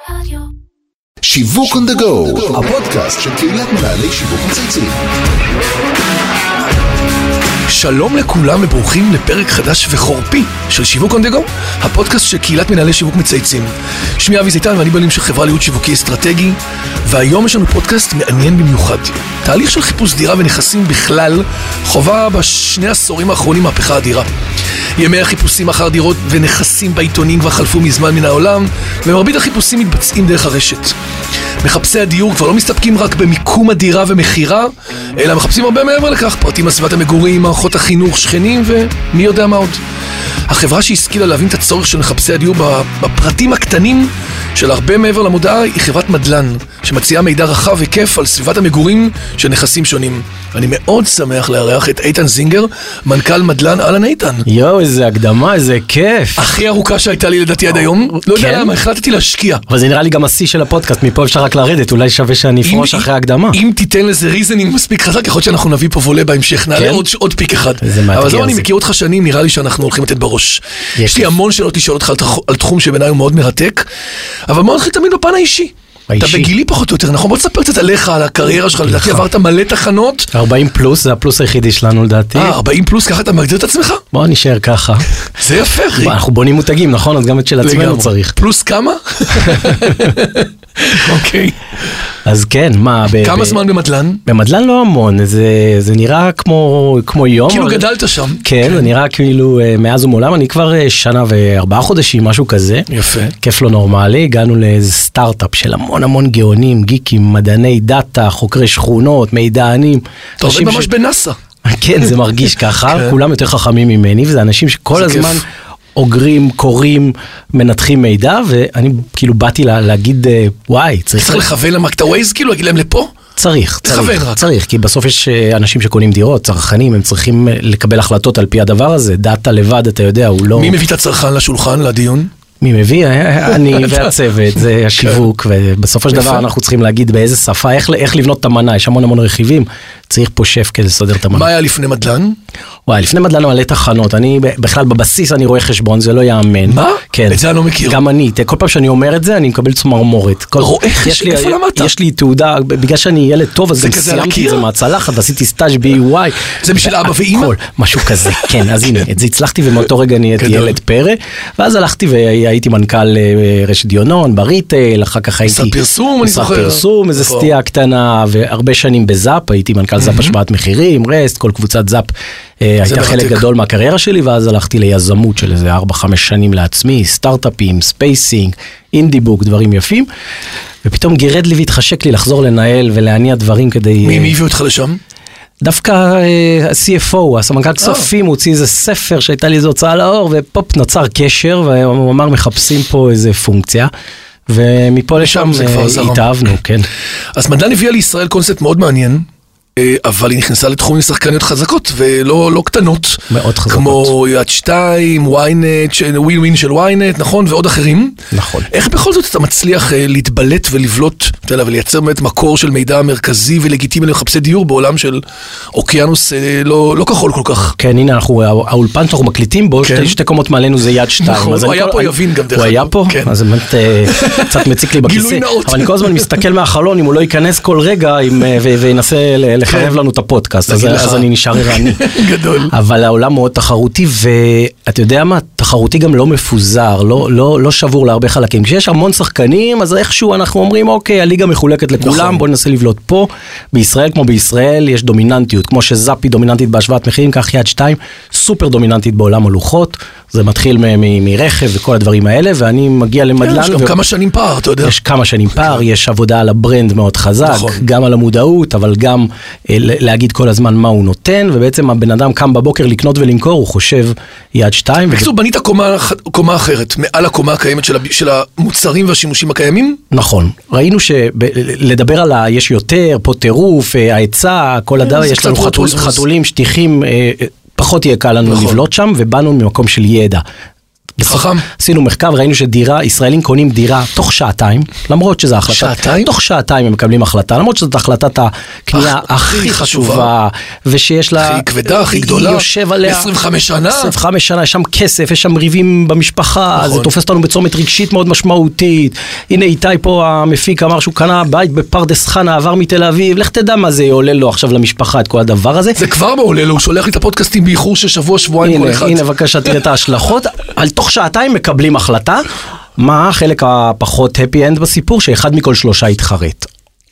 שיווק on the go, הפודקאסט של קהילת מנהלי שיווק מצייצים. שלום לכולם וברוכים לפרק חדש וחורפי של שיווק on the go, הפודקאסט של קהילת מנהלי שיווק מצייצים. שמי אבי זיתן ואני בעלים של חברה לייעוץ שיווקי אסטרטגי, והיום יש לנו פודקאסט מעניין במיוחד. תהליך של חיפוש דירה ונכסים בכלל חובה בשני עשורים האחרונים מהפכה אדירה. ימי החיפושים אחר דירות ונכסים בעיתונים כבר חלפו מזמן מן העולם, ומרבית החיפושים מתבצעים דרך הרשת. מחפשי הדיור כבר לא מסתפקים רק במיקום הדירה ומחירה, אלא מחפשים הרבה מעבר לכך, פרטים על סביבת המגורים, מערכות החינוך, שכנים ומי יודע מה עוד. החברה שהשכילה להבין את הצורך של מחפשי הדיור בפרטים הקטנים של הרבה מעבר למודעה היא חברת מדלן, שמציעה מידע רחב וכיף על סביבת המגורים של נכסים שונים. אני מאוד שמח לארח את איתן זינגר, מנכ"ל מדלן. אהלן איתן. יואו, איזה הקדמה, איזה כיף. הכי ארוכה שהייתה לי לדעתי עד היום. לא יודע למה, החלטתי להשקיע. אבל זה נראה לי גם השיא של הפודקאסט, מפה אפשר רק לרדת, אולי שווה שאני אפרוש אחרי ההקדמה. אם תיתן לזה ריזנינג מספיק חזק, יכול להיות שאנחנו נביא פה וולה בהמשך, נעלה עוד פיק אחד. אבל זהו, אני מכיר אותך שנים, נראה לי שאנחנו הולכים לתת בראש. יש לי המון שאלות לשאול אותך על תחום שבעיניי הוא מאוד מרתק, אבל מאוד הכי תמיד בפן האישי. אתה בגילי פחות או יותר, נכון? בוא תספר קצת עליך, על הקריירה שלך, לדעתי עברת מלא תחנות. 40 פלוס, זה הפלוס היחידי שלנו לדעתי. 40 פלוס, ככה אתה מגדיר את עצמך? בוא נשאר ככה. זה יפה, אחי. אנחנו בונים מותגים, נכון? אז גם את של עצמנו צריך. פלוס כמה? אוקיי. אז כן, מה? כמה זמן במדלן? במדלן לא המון, זה נראה כמו יום. כאילו גדלת שם. כן, זה נראה כאילו מאז ומעולם, אני כבר שנה ו4 חודשים, משהו כזה. יפה. כיף לא נורמלי, הגענו לאיזה סטארט-אפ של המון גאונים, גיקים, מדעני דאטה, חוקרי שכונות, מידענים. אתה עובד ממש בנאסא. כן, זה מרגיש ככה, כולם יותר חכמים ממני, וזה אנשים שכל הזמן אוגרים, קוראים, מנתחים מידע, ואני כאילו באתי להגיד, וואי, צריך לכוון למקטע ווייז, כאילו, להגיד להם לפה? צריך, כי בסוף יש אנשים שקונים דירות, צרכנים, הם צריכים לקבל החלטות על פי הדבר הזה, דאטה לבד, אתה יודע, הוא לא... מי מביא את הצרכן לשולחן, לדיון? מי מביא? אני והצוות, זה השיווק, ובסופו של דבר אנחנו צריכים להגיד באיזה שפה, איך לבנות את המנה, יש המון רכיבים, צריך פה שף כדי לסדר את המנה. מה היה לפני מדלן? וואי, לפני מדלן מלא תחנות, אני בכלל בבסיס אני רואה חשבון, זה לא יאמן. מה? כן. את זה אני לא מכיר. גם אני, כל פעם שאני אומר את זה, אני מקבל צמרמורת. רואה חשבון, איפה למדת? יש לי תעודה, בגלל שאני ילד טוב, אז גם סיימתי את זה מהצלחת, ועשיתי סטאז' בי-וואי. זה בשביל אבא ואמא? משהו כזה, כן, אז הנה, את זה הצלחתי, ומאותו רגע אני הייתי ילד פרא, ואז הלכתי והייתי מנכ"ל רשת דיונון, בריטייל, אחר כך הייתי... משרד פרסום, אני זוכר. משרד פרסום, איזו סטייה קטנה, והרבה שנים בזאפ, הייתי מנכ"ל זאפ השוואת מחירים, רסט, כל קבוצת זאפ הייתה חלק גדול מהקריירה שלי, ואז הלכתי ליזמות של איזה 4-5 שנים לעצמי, סטארט-אפים, ספייסינג, אינדיבוק, דברים יפים, ופתאום גירד לי והתחשק לי לחזור לנהל ולהניע דברים כדי... מי הביא אותך לשם? דווקא ה-CFO, הסמנכ"ל כספים, הוציא איזה ספר שהייתה לי איזו הוצאה לאור, ופופ נוצר קשר, והוא אמר מחפשים פה איזה פונקציה, ומפה לשם התאהבנו, כן. אז מדלן הביאה לישראל קונספט מאוד מעניין, אבל היא נכנסה לתחומים שחקניות חזקות, ולא קטנות. מאוד חזקות. כמו יד 2, וויינט, ווין של וויינט, נכון, ועוד אחרים. נכון. איך בכל זאת אתה מצליח להתבלט ולבלוט, ולייצר באמת מקור של מידע מרכזי ולגיטימי למחפשי דיור בעולם של אוקיינוס לא כחול כל כך? כן, הנה, האולפן שאנחנו מקליטים בו, שתי קומות מעלינו זה יד 2. נכון, הוא היה פה יבין גם דרך. הוא היה פה? אז באמת קצת מציק לי בכיסא. אבל אני כל הזמן מסתכל מהחלון, אם הוא לא ייכנס כל רגע וינסה לחרב לנו את הפודקאסט, אז אני נשאר ערני. גדול. אבל העולם מאוד תחרותי, ואתה יודע מה, תחרותי גם לא מפוזר, לא שבור להרבה חלקים. כשיש המון שחקנים, אז איכשהו אנחנו אומרים, אוקיי, הליגה מחולקת לכולם, בוא ננסה לבלוט פה. בישראל, כמו בישראל, יש דומיננטיות, כמו שזאפי דומיננטית בהשוואת מחירים, כך יד 2, סופר דומיננטית בעולם הלוחות, זה מתחיל מרכב וכל הדברים האלה, ואני מגיע למדלן. יש גם כמה שנים פער, אתה יודע. יש כמה שנים פער, יש עבודה על הברנד מאוד חזק, גם על המודעות, אבל גם להגיד כל הזמן מה הוא נותן, ובעצם הבן אדם קם בבוקר לקנות ולמכור, הוא חושב יד 2. בקיצור, בנית קומה אחרת, מעל הקומה הקיימת של המוצרים והשימושים הקיימים? נכון. ראינו שלדבר על יש יותר, פה טירוף, ההיצע, כל הדבר, יש לנו חתולים, שטיחים, פחות יהיה קל לנו לבלוט שם, ובאנו ממקום של ידע. חכם. עשינו מחקר וראינו שדירה, ישראלים קונים דירה תוך שעתיים, למרות שזה החלטה. שעתיים? תוך שעתיים הם מקבלים החלטה, למרות שזאת החלטת הקנייה הכי חשובה, ושיש לה... הכי כבדה, הכי גדולה. יושב עליה... 25 שנה. 25 שנה, יש שם כסף, יש שם ריבים במשפחה, נכון. זה תופס אותנו בצומת רגשית מאוד משמעותית. הנה איתי פה המפיק אמר שהוא קנה בית בפרדס חנה, עבר מתל אביב, לך תדע מה זה עולה לו עכשיו למשפחה, את כל הדבר הזה. זה כבר עולה לו, הוא שולח לי את הפודקאסטים באיחור של שבוע, שבועיים כל אחד. הנה, בבקשה, תראה את ההשלכות. על תוך שעתיים מקבלים החלטה, מה החלק הפחות happy end בסיפור, שאחד מכל 3 יתחרט.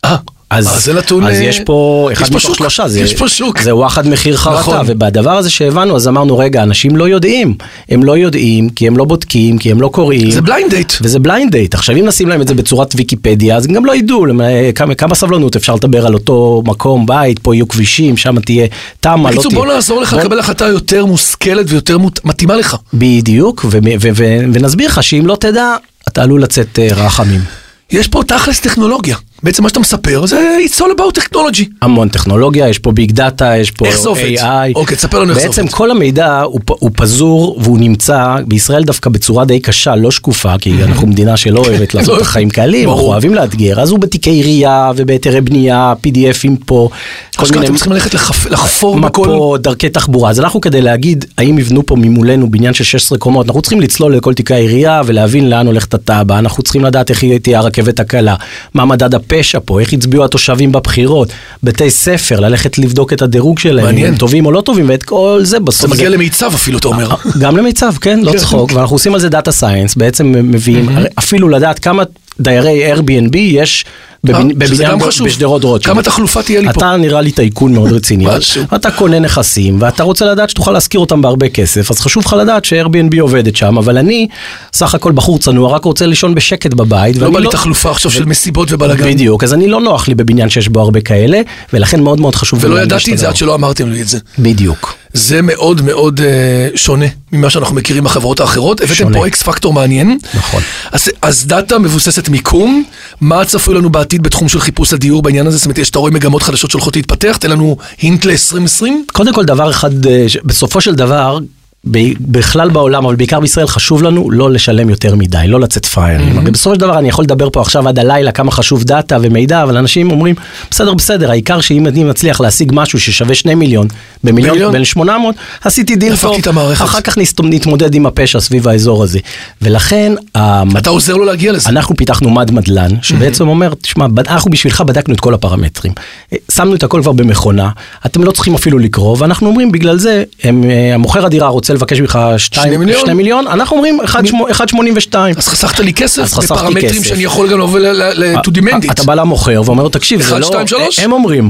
זה נתון... אז יש פה, אחד מתוך 3, יש פה שוק. זה וואחד מחיר חרטה, ובדבר הזה שהבנו, אז אמרנו, רגע, אנשים לא יודעים. הם לא יודעים, כי הם לא בודקים, כי הם לא קוראים. זה בליינד דייט. וזה בליינד דייט. עכשיו, אם נשים להם את זה בצורת ויקיפדיה, אז הם גם לא ידעו כמה סבלנות אפשר לדבר על אותו מקום, בית, פה יהיו כבישים, שם תהיה תמה, לא תהיה. בוא נעזור לך לקבל החלטה יותר מושכלת ויותר מתאימה לך. בדיוק, ונסביר לך שאם לא תדע, אתה עלול לצאת רחמים. יש פה תכלס טכנולוגיה. בעצם מה שאתה מספר זה it's all about technology. המון טכנולוגיה, יש פה ביג דאטה, יש פה AI. אוקיי, תספר לנו איך זה עובד. בעצם כל המידע הוא פזור והוא נמצא בישראל דווקא בצורה די קשה, לא שקופה, כי אנחנו מדינה שלא אוהבת לעשות את החיים קלים, אנחנו אוהבים לאתגר, אז הוא בתיקי עירייה ובהיתרי בנייה, PDFים פה. אתם צריכים ללכת לחפור בכל... מפות, דרכי תחבורה. אז אנחנו כדי להגיד, האם יבנו פה ממולנו בניין של 16 קומות, אנחנו צריכים לצלול לכל תיקי העירייה ולהבין לאן הולכת התב"ע, אנחנו צריכים לדעת איך תהיה הרכבת הקלה, מה מדד הפשע פה, איך הצביעו התושבים בבחירות, בתי ספר, ללכת לבדוק את הדירוג שלהם, אם הם טובים או לא טובים, ואת כל זה בסוף. זה מגיע למיצב אפילו, אתה אומר. גם למיצב, כן, לא צחוק, ואנחנו עושים על זה דאטה סיינס, בעצם מביאים, אפילו לדעת כמה דיירי Airbnb יש בבניין בשדרות רוטשילד. כמה תחלופה תהיה לי פה? אתה נראה לי טייקון מאוד רציני. אתה קונה נכסים, ואתה רוצה לדעת שתוכל להשכיר אותם בהרבה כסף, אז חשוב לך לדעת ש-Airbnb עובדת שם, אבל אני, סך הכל בחור צנוע, רק רוצה לישון בשקט בבית. לא בא לי תחלופה עכשיו של מסיבות ובלגן. בדיוק, אז אני לא נוח לי בבניין שיש בו הרבה כאלה, ולכן מאוד מאוד חשוב. ולא ידעתי את זה עד שלא אמרתם לי את זה. בדיוק. זה מאוד מאוד שונה ממה שאנחנו מכירים בחברות האחרות. הבאתם פה אקס פקטור מעניין. נכון. אז דאטה מבוססת מיקום, מה צפוי לנו בעתיד בתחום של חיפוש הדיור בעניין הזה? זאת אומרת, שאתה רואה מגמות חדשות שהולכות להתפתח, תן לנו הינט ל-2020? קודם כל דבר אחד, בסופו של דבר, בכלל בעולם, אבל בעיקר בישראל חשוב לנו לא לשלם יותר מדי, לא לצאת פריירים. בסופו של דבר אני יכול לדבר פה עכשיו עד הלילה כמה חשוב דאטה ומידע, אבל אנשים אומרים, בסדר, העיקר שאם אני מצליח להשיג משהו ששווה 2 מיליון, במיליון, בין 800, עשיתי דיל פה, אחר כך נתמודד עם הפשע סביב האזור הזה. ולכן, אתה עוזר לו להגיע לזה. אנחנו פיתחנו מדלן, שבעצם אומר, תשמע, אנחנו בשבילך בדקנו את כל הפרמטרים. שמנו את הכל כבר במכונה, אתם לא צריכים אפילו לקרוא, ואנחנו אומרים, בגלל זה, המוכר הדירה רוצה לבקש ממך 2 מיליון, אנחנו אומרים 1.82. אז חסכת לי כסף בפרמטרים שאני יכול גם להוביל to demand it. אתה בא למוכר ואומר לו, תקשיב, זה לא, הם אומרים,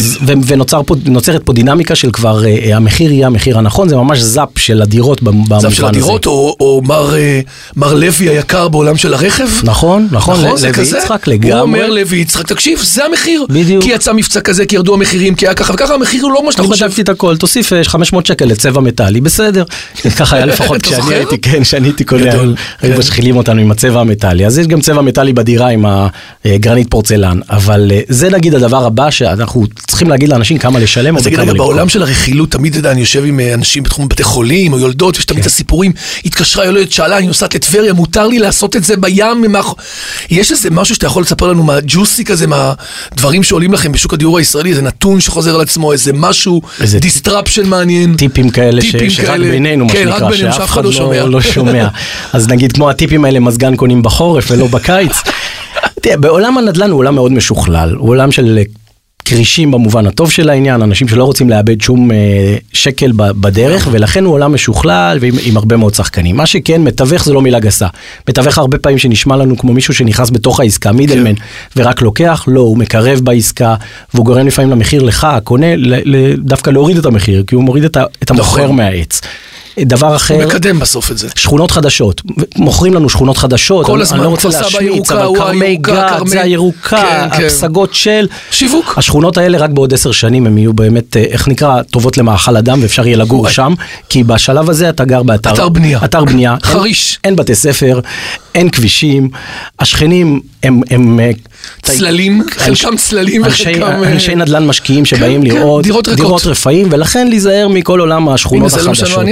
ונוצרת פה דינמיקה של כבר, המחיר יהיה המחיר הנכון, זה ממש זאפ של הדירות במובן הזה. זאפ של הדירות, או מר לוי היקר בעולם של הרכב? נכון, לוי יצחק לגמרי. הוא אומר לוי יצחק, תקשיב, זה המחיר. כי יצא מבצע כזה, כי ירדו המחירים, כי היה ככה וככה, המחיר הוא לא מה שאתה חושב. בדקתי את הכל, תוסיף 500 שקל לצבע מטלי, בסדר. ככה היה לפחות כשאני הייתי קונה, היו משחילים אותנו עם הצבע המטלי, אז יש גם צבע מטלי בדירה עם הגרנית פורצלן, אבל זה נגיד הדבר הבא שאנחנו צריכים להגיד לאנשים כמה לשלם. אז נגיד, בעולם של הרכילות, תמיד אני יושב עם אנשים בתחום בתי חולים או יולדות, ויש תמיד את הסיפורים, התקשרה יולדת, שאלה, אני נוסעת לטבריה, מותר לי לעשות את זה בים, יש איזה משהו שאתה יכול לספר לנו מהג'וסי כזה, מהדברים שעולים לכם בשוק הדיור הישראלי, איזה נתון שחוזר על עצמו, איזה משהו, דיסטרפשן מעניין, טיפים כאלה שרק בינינו, מה שנקרא, שאף אחד לא שומע. אז נגיד, כמו הטיפים האלה, מזגן קונים בחורף ולא בקיץ. תראה, בעולם הנדל"ן הוא עולם מאוד משוכלל, הוא עולם של קרישים במובן הטוב של העניין, אנשים שלא רוצים לאבד שום שקל בדרך, ולכן הוא עולם משוכלל ועם הרבה מאוד שחקנים. מה שכן, מתווך זה לא מילה גסה. מתווך הרבה פעמים שנשמע לנו כמו מישהו שנכנס בתוך העסקה, מידלמן, ורק לוקח, לא, הוא מקרב בעסקה, והוא גורם לפעמים למחיר לך, הקונה, דווקא להוריד את המחיר, כי הוא מוריד את המוכר מהעץ. דבר אחר, הוא מקדם בסוף את זה. שכונות חדשות, מוכרים לנו שכונות חדשות, כל הזמן, אני לא רוצה להשמיץ, אבל קרמי גת, זה הירוקה, הפסגות של שיווק. השכונות האלה רק בעוד 10 שנים הם יהיו באמת, איך נקרא, טובות למאכל אדם, ואפשר יהיה לגור שם, כי בשלב הזה אתה גר באתר בנייה, חריש, אין בתי ספר, אין כבישים, השכנים הם צללים, חלקם צללים וחלקם אנשי נדל"ן משקיעים שבאים לראות דירות רפאים, ולכן להיזהר מכל עולם השכונות החדשות.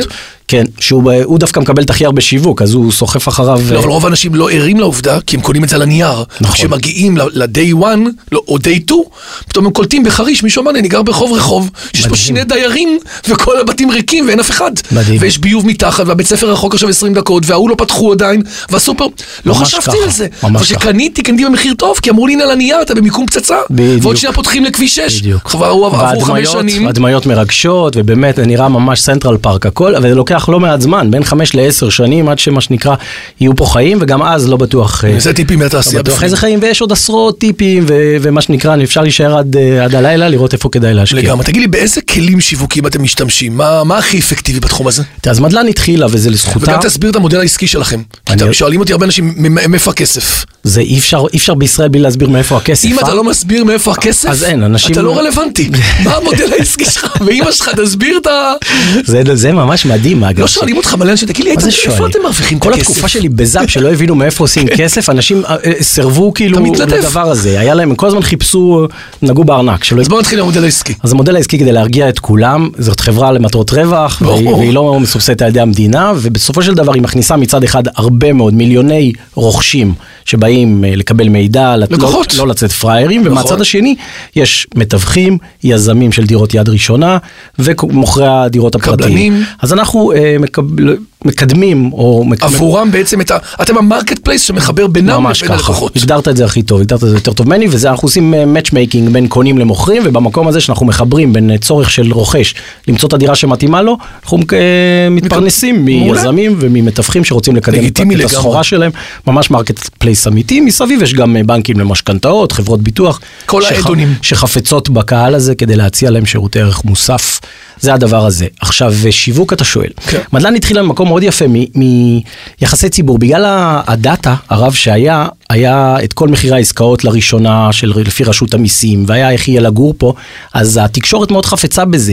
כן, שהוא דווקא מקבל את הכי הרבה שיווק, אז הוא סוחף אחריו. לא, אבל רוב האנשים לא ערים לעובדה, כי הם קונים את זה על הנייר. נכון. כשמגיעים ל-day 1, או day 2, פתאום הם קולטים בחריש, מישהו אמר, אני גר ברחוב רחוב, שיש פה 2 דיירים, וכל הבתים ריקים, ואין אף אחד. מדהים. ויש ביוב מתחת, והבית ספר רחוק עכשיו 20 דקות, והוא לא פתחו עדיין, והסופר, לא חשבתי על זה. אבל שקניתי במחיר טוב, כי אמרו לי, על הנייר, אתה במיקום פצצה, ועוד שנייה פותחים לכביש 6. עברו 5 שנים. והדמיות מרגשות, ובאמת נראה ממש סנטרל פארק הכל, אבל זה לוקח לא מעט זמן, בין 5 ל-10 שנים, עד שמה שנקרא, יהיו פה חיים, וגם אז לא בטוח. זה טיפים מהתעשייה. בטוח איזה חיים, ויש עוד עשרות טיפים, ומה שנקרא, אפשר להישאר עד הלילה, לראות איפה כדאי להשקיע. לגמרי, תגיד לי, באיזה כלים שיווקים אתם משתמשים? מה הכי אפקטיבי בתחום הזה? אז מדלן התחילה, וזה לזכותה. וגם תסביר את המודל העסקי שלכם. שואלים אותי הרבה אנשים, מאיפה הכסף? זה אי אפשר בישראל בלי להסביר מאיפה הכסף. אם אתה לא מסביר מאיפה הכסף, אז אין, אנשים... אתה לא רלוונטי. מה המודל העסקי שלך? ואמא שלך תסביר את ה... זה ממש מדהים, אגב. לא שואלים אותך מלא אנשים, תגיד לי, איפה אתם מרוויחים את הכסף? כל התקופה שלי בזאפ שלא הבינו מאיפה עושים כסף, אנשים סרבו כאילו לדבר הזה. היה להם, כל הזמן חיפשו, נגעו בארנק. אז בואו נתחיל עם המודל העסקי. אז המודל העסקי כדי להרגיע את כולם, זאת חברה למטרות רווח, והיא לא מסובסדת על ידי המדינה, ובסופו של דבר היא מכניסה מצד אחד הרבה מאוד מיליוני רוכשים שבאים לקבל מידע, לא לצאת פריירים, ומהצד השני יש מתווכים, יזמים של דירות יד ראשונה, ומוכרי הדירות הפרטיים. אז אנחנו מקדמים, או... עבורם בעצם אתם המרקט פלייס שמחבר בינם לבין הלקוחות. הגדרת את זה הכי טוב, הגדרת את זה יותר טוב ממני, וזה אנחנו עושים matchmaking בין קונים למוכרים, ובמקום הזה שאנחנו מחברים בין צורך של רוכש למצוא את הדירה שמתאימה לו, אנחנו מתפרנסים מיזמים וממתווכים שרוצים לקדם את הסחורה שלהם, ממש מרקט פלייס אמיתי. מסביב יש גם בנקים למשכנתאות, חברות ביטוח, כל העדונים שחפצות בקהל הזה כדי להציע להם שירותי ערך מוסף. זה הדבר הזה. עכשיו, שיווק אתה שואל. מדלן התחילה במקום מאוד יפה מיחסי ציבור. בגלל הדאטה הרב שהיה, היה את כל מחירי העסקאות לראשונה לפי רשות המיסים, והיה איך יהיה לגור פה, אז התקשורת מאוד חפצה בזה.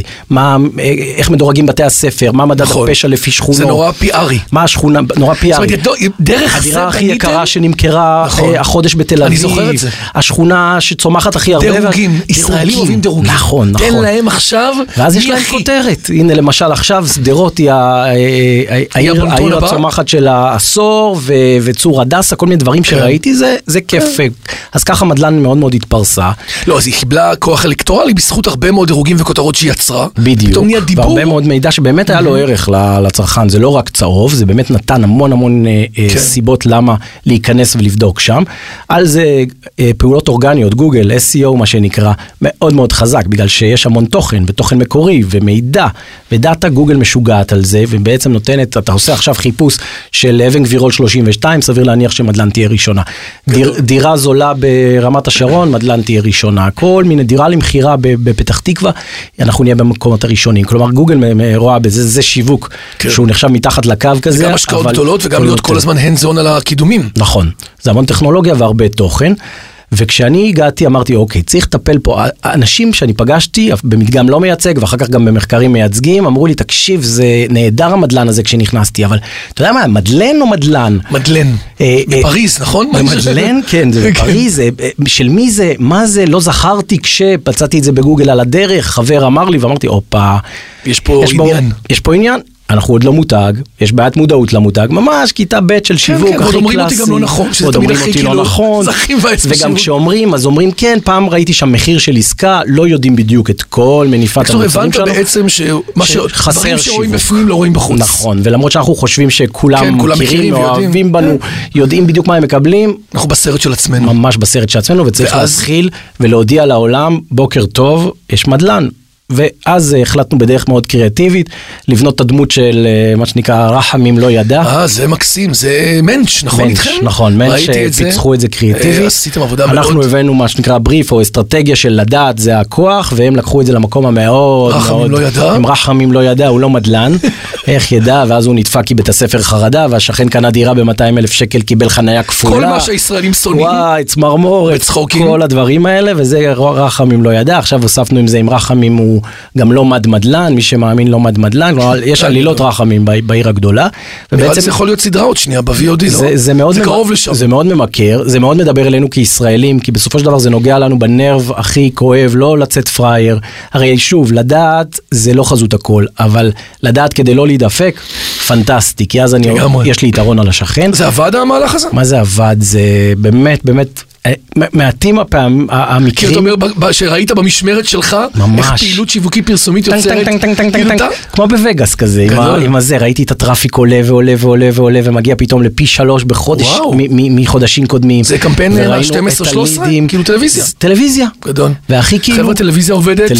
איך מדורגים בתי הספר, מה מדד הפשע לפי שכונות. זה נורא פיארי. מה השכונה, נורא פיארי. הדירה הכי יקרה שנמכרה החודש בתל אביב. אני זוכר את זה. השכונה שצומחת הכי הרבה. דירוגים. ישראלים אוהבים דירוגים. נכון. תן להם עכשיו. ואז יש להם כותרת. הנה למשל עכשיו שדרות היא העיר הצומחת של העשור, וצור הדסה, כל מיני דברים שראיתי, זה כיף. אז ככה מדלן מאוד מאוד התפרסה. לא, אז היא קיבלה כוח אלקטורלי בזכות הרבה מאוד דירוגים וכותרות שהיא יצרה. בדיוק. והרבה מאוד מידע שבאמת היה לו ערך לצרכן. זה לא רק צהוב, זה באמת נתן המון סיבות למה להיכנס ולבדוק שם. על זה פעולות אורגניות, גוגל, SEO מה שנקרא, מאוד מאוד חזק, בגלל שיש המון תוכן, ותוכן מקורי, ומידע, ודאטה גוגל משוגעת על זה, ובעצם נותנת, אתה עושה עכשיו חיפוש של אבן גבירול 32, סביר להניח שמדלן תהיה ראשונה. דירה זולה ברמת השרון, מדלן תהיה ראשונה. כל מיני דירה למחירה בפתח תקווה, אנחנו נהיה במקומות הראשונים. כלומר, גוגל רואה בזה, זה שיווק, שהוא נחשב מתחת לקו כזה. גם השקעות גדולות, וגם להיות כל הזמן הנד-זון על הקידומים. נכון. זה המון טכנולוגיה והרבה תוכן. וכשאני הגעתי אמרתי, אוקיי, צריך לטפל פה, אנשים שאני פגשתי במדגם לא מייצג, ואחר כך גם במחקרים מייצגים, אמרו לי, תקשיב, זה נהדר המדלן הזה כשנכנסתי, אבל אתה יודע מה, מדלן או מדלן? מדלן, בפריז, נכון? מדלן, כן, זה בפריז, של מי זה, מה זה, לא זכרתי כשפצעתי את זה בגוגל על הדרך, חבר אמר לי, ואמרתי, אופה, יש פה עניין. יש פה עניין. אנחנו עוד לא מותג, יש בעיית מודעות למותג, ממש כיתה ב' של שיווק הכי קלאסי. עוד אומרים אותי גם לא נכון, שזה תמיד הכי כאילו, זכים והספשירות. וגם כשאומרים, אז אומרים, כן, פעם ראיתי שם מחיר של עסקה, לא יודעים בדיוק את כל מניפת המוצרים שלנו. הבנת בעצם שדברים שרואים בפנים לא רואים בחוץ. נכון, ולמרות שאנחנו חושבים שכולם מכירים, אוהבים בנו, יודעים בדיוק מה הם מקבלים. אנחנו בסרט של עצמנו. ממש בסרט של עצמנו, וצריך להתחיל ולהודיע לעולם, בוקר טוב, יש מדלן. ואז החלטנו בדרך מאוד קריאטיבית לבנות את הדמות של מה שנקרא רחמים לא ידע. זה מקסים, זה מנץ', נכון איתכם? נכון, מנץ' שפיצחו את זה קריאטיבית. עשיתם עבודה מאוד. אנחנו הבאנו מה שנקרא בריף או אסטרטגיה של לדעת, זה הכוח, והם לקחו את זה למקום המאוד רחמים לא ידע? הם רחמים לא ידע, הוא לא מדלן, איך ידע, ואז הוא נדפק כי בית הספר חרדה, והשכן קנה דירה ב-200,000 שקל, קיבל חניה כפולה. כל מה שהישראלים שונאים. וואי, צמרמורת, כל הדברים האלה, וזה רחמים לא ידע. עכשיו הוספנו עם זה עם רחמים הוא גם לא מדלן, מי שמאמין לא מדלן, יש עלילות רחמים בעיר הגדולה. ובעצם זה יכול להיות סדרה עוד שנייה ב-VOD, לא? זה קרוב לשם. זה מאוד ממכר, זה מאוד מדבר אלינו כישראלים, כי בסופו של דבר זה נוגע לנו בנרב הכי כואב, לא לצאת פרייר. הרי שוב, לדעת זה לא חזות הכל, אבל לדעת כדי לא להידפק, פנטסטי, כי אז יש לי יתרון על השכן. זה עבד המהלך הזה? מה זה עבד? זה באמת, באמת, מעטים הפעם, המקרים... כי אתה אומר, שראית במשמרת שלך, איך פעילות שיווקי פרסומית יוצרת, כמו בווגאס כזה, עם הזה, ראיתי את הטראפיק עולה ועולה ועולה ועולה, ומגיע פתאום לפי 3 בחודש, מחודשים קודמים. זה קמפיין 12-13? כאילו טלוויזיה. טלוויזיה. גדול. והכי כאילו... חבר'ה, טלוויזיה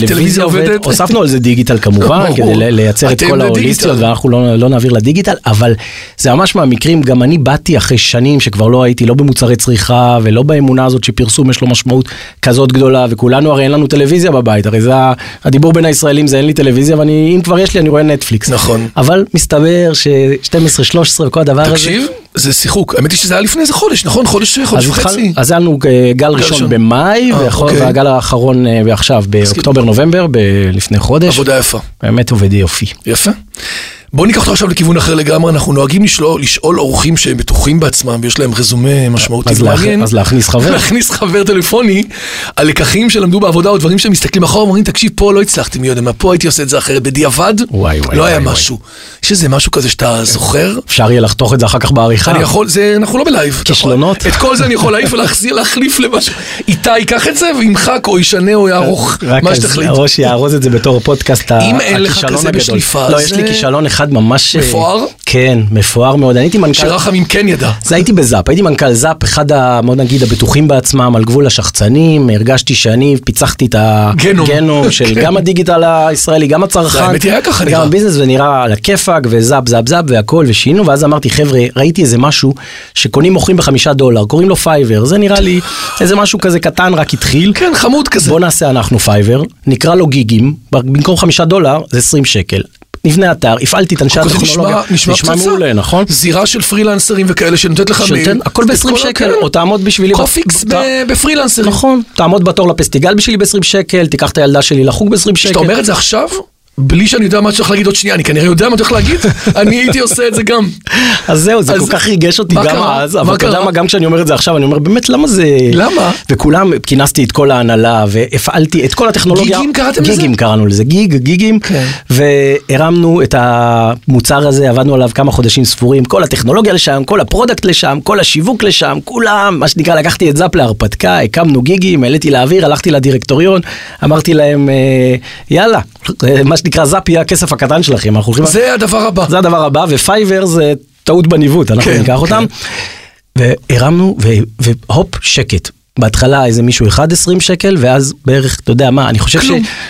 עובדת. הוספנו על זה דיגיטל כמובן, כדי לייצר את כל ההוליסטיות, ואנחנו לא נעביר לדיגיטל, אבל זה ממש מהמקרים, גם אני באתי אחרי שנים שכבר לא הייתי, לא במוצרי צריכה ולא באמונה הזאת שפרסום יש לו משמעות כזאת גדולה, וכולנו הרי אין לנו טלוויזיה בבית, הרי זה הדיבור בין הישראלים, זה אין לי טלוויזיה, ואם כבר יש לי אני רואה נטפליקס. נכון. אבל מסתבר ש-12-13 וכל הדבר הזה... תקשיב, זה שיחוק. האמת היא שזה היה לפני איזה חודש, נכון? חודש וחצי. אז היה לנו גל ראשון במאי, והגל האחרון עכשיו, באוקטובר-נובמבר, לפני חודש. עבודה יפה. באמת עובד יופי. יפה. בוא ניקח אותו עכשיו לכיוון אחר לגמרי, אנחנו נוהגים לשאול אורחים שהם בטוחים בעצמם, ויש להם רזומה משמעותי ומעניין. אז להכניס חבר. להכניס חבר טלפוני, על לקחים שלמדו בעבודה, או דברים שהם מסתכלים אחורה, אומרים, תקשיב, פה לא הצלחתי מי יודע מה, פה הייתי עושה את זה אחרת, בדיעבד, לא היה משהו. יש איזה משהו כזה שאתה זוכר? אפשר יהיה לחתוך את זה אחר כך בעריכה. אני יכול, אנחנו לא בלייב. כישלונות. את כל זה אני יכול להעיף ולהחליף למשהו. איתי ייקח את זה, וימחק או ישנה או יערוך, מה שתחליט. ראש יארוז את זה בתור פודקאסט, אם אין לך כזה בשליפה, לא, יש לי כישלון אחד ממש מפואר? כן, מפואר מאוד. הייתי מנכ"ל... שרחמים כן ידע. זה הייתי בזאפ, הייתי מנכ"ל זאפ, אחד מאוד נגיד הבטוחים בעצמם, על גבול השחצנים, הרגשתי שאני פיצחתי את הגנום של גם הדיגיטל הישראלי, גם הצרכן, גם הביזנס, ונראה על הכיפק, וזאפ, זאפ, זאפ, והכל, ושינו, ואז אמרתי, חבר'ה, ראיתי איזה משהו שקונים מוכרים $5, קוראים לו פייבר, זה נראה לי איזה משהו כזה קטן, רק התחיל. כן, חמוד כזה. בוא נעשה אנחנו פייבר, נקרא לו גיגים, במקום $5 זה 20 שקל. נבנה אתר, הפעלתי את אנשי הטכנולוגיה, נשמע מעולה, נכון? זירה של פרילנסרים וכאלה שנותנת לך מייל. הכל ב-20 שקל, או תעמוד בשבילי... קופיקס בפרילנסרים. נכון, תעמוד בתור לפסטיגל בשבילי ב-20 שקל, תיקח את הילדה שלי לחוג ב-20 שקל. שאתה אומר את זה עכשיו? בלי שאני יודע מה צריך להגיד עוד שנייה, אני כנראה יודע מה צריך להגיד, אני הייתי עושה את זה גם. אז זהו, זה כל כך ריגש אותי גם אז, אבל אתה יודע מה, גם כשאני אומר את זה עכשיו, אני אומר, באמת, למה זה... למה? וכולם, כינסתי את כל ההנהלה, והפעלתי את כל הטכנולוגיה. גיגים קראתם לזה? גיגים קראנו לזה, גיגים, והרמנו את המוצר הזה, עבדנו עליו כמה חודשים ספורים, כל הטכנולוגיה לשם, כל הפרודקט לשם, כל השיווק לשם, כולם, מה שנקרא, לקחתי את זאפ להרפתקה, הקמנו גיגים, העליתי לאוויר, הלכתי לדירקטוריון, אמרתי להם, יאללה, מה שנקרא זאפ יהיה הכסף הקטן שלכם. זה הדבר הבא. זה הדבר הבא, ופייבר זה טעות בניווט, אנחנו ניקח אותם. והרמנו, והופ, שקט. בהתחלה איזה מישהו 20 שקל, ואז בערך, אתה יודע מה, אני חושב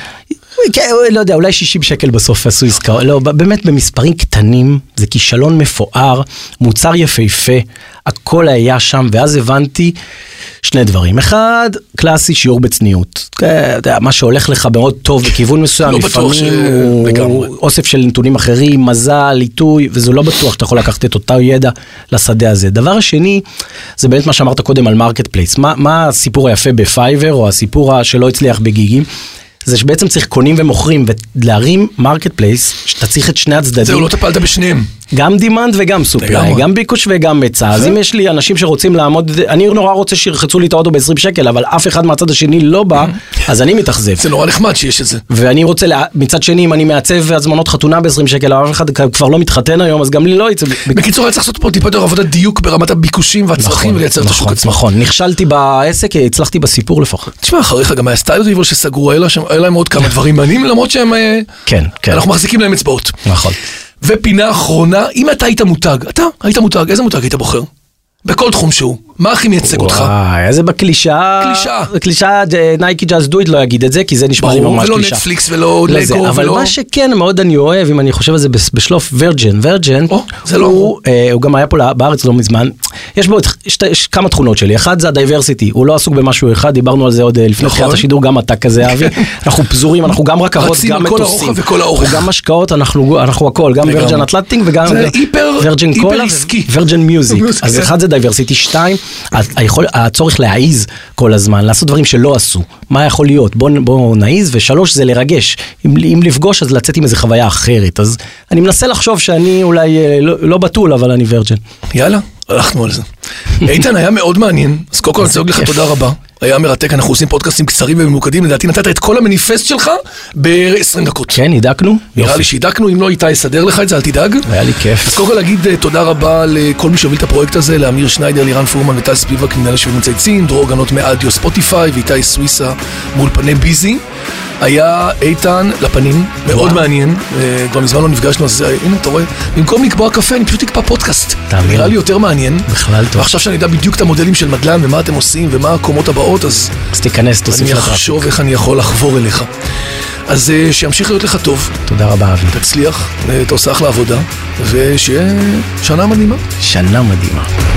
לא יודע, אולי 60 שקל בסוף עשו עסקה, לא, באמת במספרים קטנים, זה כישלון מפואר, מוצר יפהפה, הכל היה שם, ואז הבנתי שני דברים. אחד, קלאסי, שיעור בצניעות. מה שהולך לך מאוד טוב בכיוון מסוים, לפעמים הוא אוסף של נתונים אחרים, מזל, עיתוי, וזה לא בטוח שאתה יכול לקחת את אותו ידע לשדה הזה. דבר השני, זה באמת מה שאמרת קודם על מרקט פלייס. מה הסיפור היפה בפייבר, או הסיפור שלא הצליח בגיגים? זה שבעצם צריך קונים ומוכרים, ולהרים מרקט פלייס, שאתה צריך את שני הצדדים. זהו, לא טפלת בשניהם. גם דימנד וגם סופליי, גם ביקוש וגם מצע. אז אם יש לי אנשים שרוצים לעמוד, אני נורא רוצה שירחצו לי את האוטו ב-20 שקל, אבל אף אחד מהצד השני לא בא, אז אני מתאכזב. זה נורא נחמד שיש את זה. ואני רוצה, מצד שני, אם אני מעצב הזמנות חתונה ב-20 שקל, אף אחד כבר לא מתחתן היום, אז גם לי לא יצא. בקיצור, אני צריך לעשות פה טיפה יותר עבודת דיוק ברמת הביקושים והצרכים ולייצר את השוק עצמו. נכון, נכשלתי בעסק, הצלחתי בסיפור לפחות. תשמע, אחריך גם היה סטייל ריבר שסגרו, היה להם עוד כמה דברים מעניינים, למרות שהם אנחנו מחזיקים להם אצבעות. נכון. ופינה אחרונה, אם אתה היית מותג, איזה מותג היית בוחר? בכל תחום שהוא. מה הכי מייצג אותך? וואי, איזה בקלישה, נייקי ג'אז דו איט לא יגיד את זה, כי זה נשמע לי ממש קלישה. ולא נטפליקס ולא לגו. אבל מה שכן מאוד אני אוהב, אם אני חושב על זה בשלוף, וירג'ן, הוא גם היה פה בארץ לא מזמן, יש בו כמה תכונות שלי, אחד זה הדייברסיטי, הוא לא עסוק במשהו אחד, דיברנו על זה עוד לפני תחילת השידור, גם אתה כזה אבי, אנחנו פזורים, אנחנו גם רכבות, גם מטוסים, גם השקעות, אנחנו הכל, גם וירג'ן אטלנטינג וגם וירג'ן קולה, וירג'ן מיוזיק, אז אחד זה דייברסיטי, 2, הצורך להעיז כל הזמן, לעשות דברים שלא עשו. מה יכול להיות? בוא נעיז, ושלוש זה לרגש. אם לפגוש, אז לצאת עם איזו חוויה אחרת. אז אני מנסה לחשוב שאני אולי לא בטול, אבל אני ורג'ן. יאללה, הלכנו על זה. איתן, היה מאוד מעניין, אז קודם כל אני רוצה לך תודה רבה. היה מרתק, אנחנו עושים פודקאסטים קצרים וממוקדים, לדעתי נתת את כל המניפסט שלך ב-20 דקות. כן, הידקנו. נראה לי שהידקנו, אם לא איתה יסדר לך את זה, אל תדאג. היה לי כיף. אז קודם כל להגיד תודה רבה לכל מי שהוביל את הפרויקט הזה, לאמיר שניידר, לירן פורמן וטל ספיבק, מנהל השיווק מצייצים, דרור גנות מאדיו ספוטיפיי, ואיתי סוויסה מול פני ביזי. היה איתן לפנים, מאוד מעניין, כבר מזמן לא נפגשנו, אז הנה אתה רואה, במקום לקבוע קפה, אני פשוט אקבע פודקאסט. נראה לי יותר מעניין. בכלל טוב. ועכשיו שאני יודע בדיוק את המודלים של מדלן ומה אתם עושים ומה הקומות הבאות, אז תיכנס, תוסיף לטראפיק. אני אחשוב איך אני יכול לחבור אליך. אז שימשיך להיות לך טוב. תודה רבה, אבי. תצליח, תעושה אחלה עבודה, ושיהיה שנה מדהימה. שנה מדהימה.